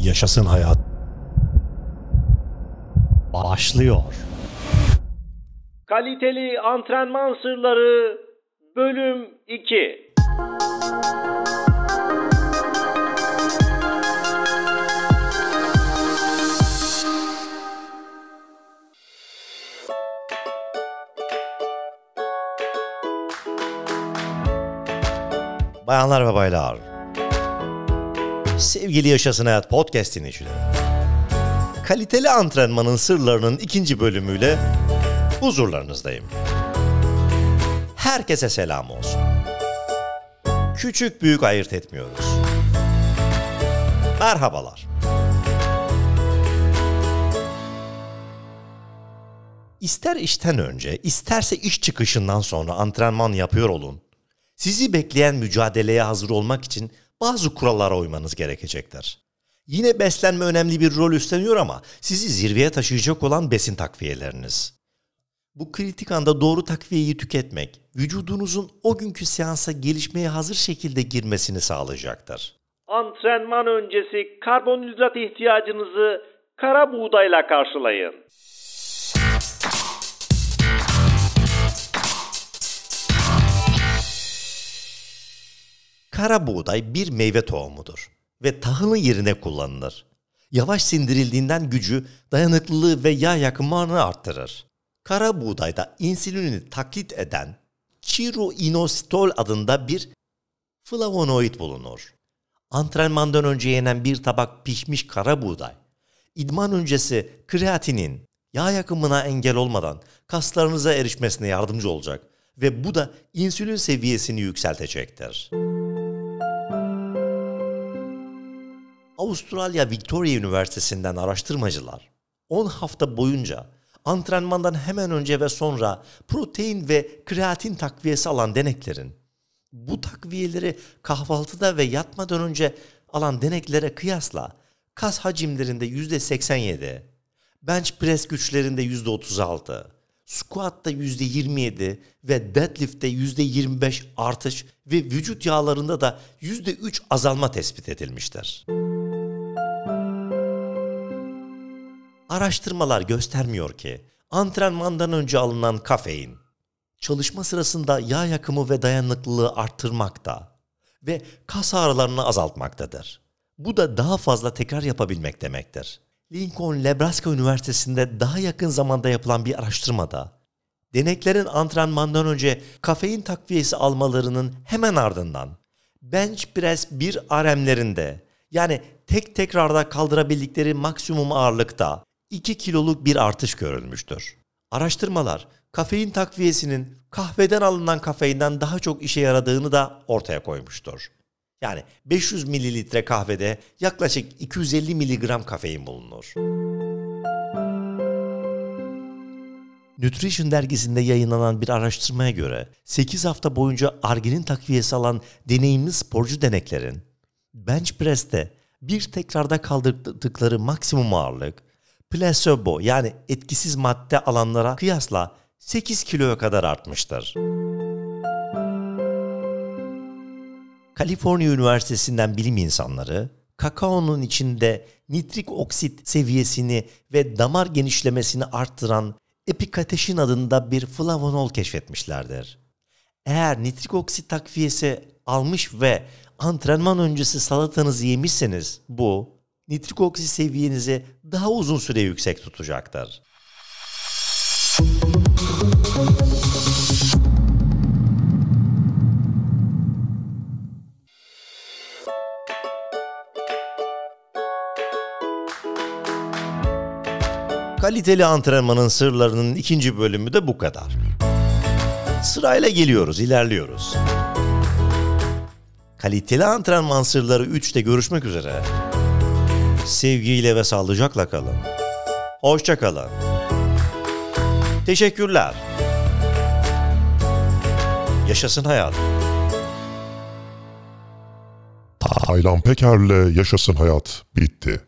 Yaşasın hayat. Başlıyor. Kaliteli antrenman sırları bölüm 2. Bayanlar ve baylar, sevgili Yaşasın Hayat podcast dinleyicileri, kaliteli antrenmanın sırlarının 2. bölümüyle huzurlarınızdayım. Herkese selam olsun. Küçük büyük ayırt etmiyoruz. Merhabalar. İster işten önce, isterse iş çıkışından sonra antrenman yapıyor olun. Sizi bekleyen mücadeleye hazır olmak için bazı kurallara uymanız gerekecektir. Yine beslenme önemli bir rol üstleniyor ama sizi zirveye taşıyacak olan besin takviyeleriniz. Bu kritik anda doğru takviyeyi tüketmek, vücudunuzun o günkü seansa gelişmeye hazır şekilde girmesini sağlayacaktır. Antrenman öncesi karbonhidrat ihtiyacınızı kara buğdayla karşılayın. Kara buğday bir meyve tohumudur ve tahılın yerine kullanılır. Yavaş sindirildiğinden gücü, dayanıklılığı ve yağ yakımını arttırır. Kara buğdayda insülini taklit eden chiroinositol adında bir flavonoid bulunur. Antrenmandan önce yenen bir tabak pişmiş kara buğday, idman öncesi kreatinin yağ yakımına engel olmadan kaslarınıza erişmesine yardımcı olacak ve bu da insülin seviyesini yükseltecektir. Avustralya Victoria Üniversitesi'nden araştırmacılar 10 hafta boyunca antrenmandan hemen önce ve sonra protein ve kreatin takviyesi alan deneklerin bu takviyeleri kahvaltıda ve yatmadan önce alan deneklere kıyasla kas hacimlerinde %87, bench press güçlerinde %36, squat'ta %27 ve deadlift'te %25 artış ve vücut yağlarında da %3 azalma tespit edilmiştir. Araştırmalar göstermiyor ki antrenmandan önce alınan kafein, çalışma sırasında yağ yakımı ve dayanıklılığı arttırmakta ve kas ağrılarını azaltmaktadır. Bu da daha fazla tekrar yapabilmek demektir. Lincoln, Nebraska Üniversitesi'nde daha yakın zamanda yapılan bir araştırmada, deneklerin antrenmandan önce kafein takviyesi almalarının hemen ardından bench press 1 RM'lerinde, yani tek tekrarda kaldırabildikleri maksimum ağırlıkta 2 kiloluk bir artış görülmüştür. Araştırmalar, kafein takviyesinin kahveden alınan kafeinden daha çok işe yaradığını da ortaya koymuştur. Yani 500 mililitre kahvede yaklaşık 250 miligram kafein bulunur. Nutrition dergisinde yayınlanan bir araştırmaya göre 8 hafta boyunca arginin takviyesi alan deneyimli sporcu deneklerin bench press'te bir tekrarda kaldırdıkları maksimum ağırlık plasebo, yani etkisiz madde alanlara kıyasla 8 kiloya kadar artmıştır. Kaliforniya Üniversitesi'nden bilim insanları, kakaonun içinde nitrik oksit seviyesini ve damar genişlemesini arttıran epikateşin adında bir flavonol keşfetmişlerdir. Eğer nitrik oksit takviyesi almış ve antrenman öncesi salatanızı yemişseniz bu, nitrik oksit seviyenizi daha uzun süre yüksek tutacaktır. Kaliteli antrenmanın sırlarının 2. bölümü de bu kadar. Sırayla geliyoruz, ilerliyoruz. Kaliteli antrenman sırları 3'te görüşmek üzere. Sevgiyle ve sağlıcakla kalın. Hoşça kalın. Teşekkürler. Yaşasın hayat. Taylan Peker'le Yaşasın Hayat bitti.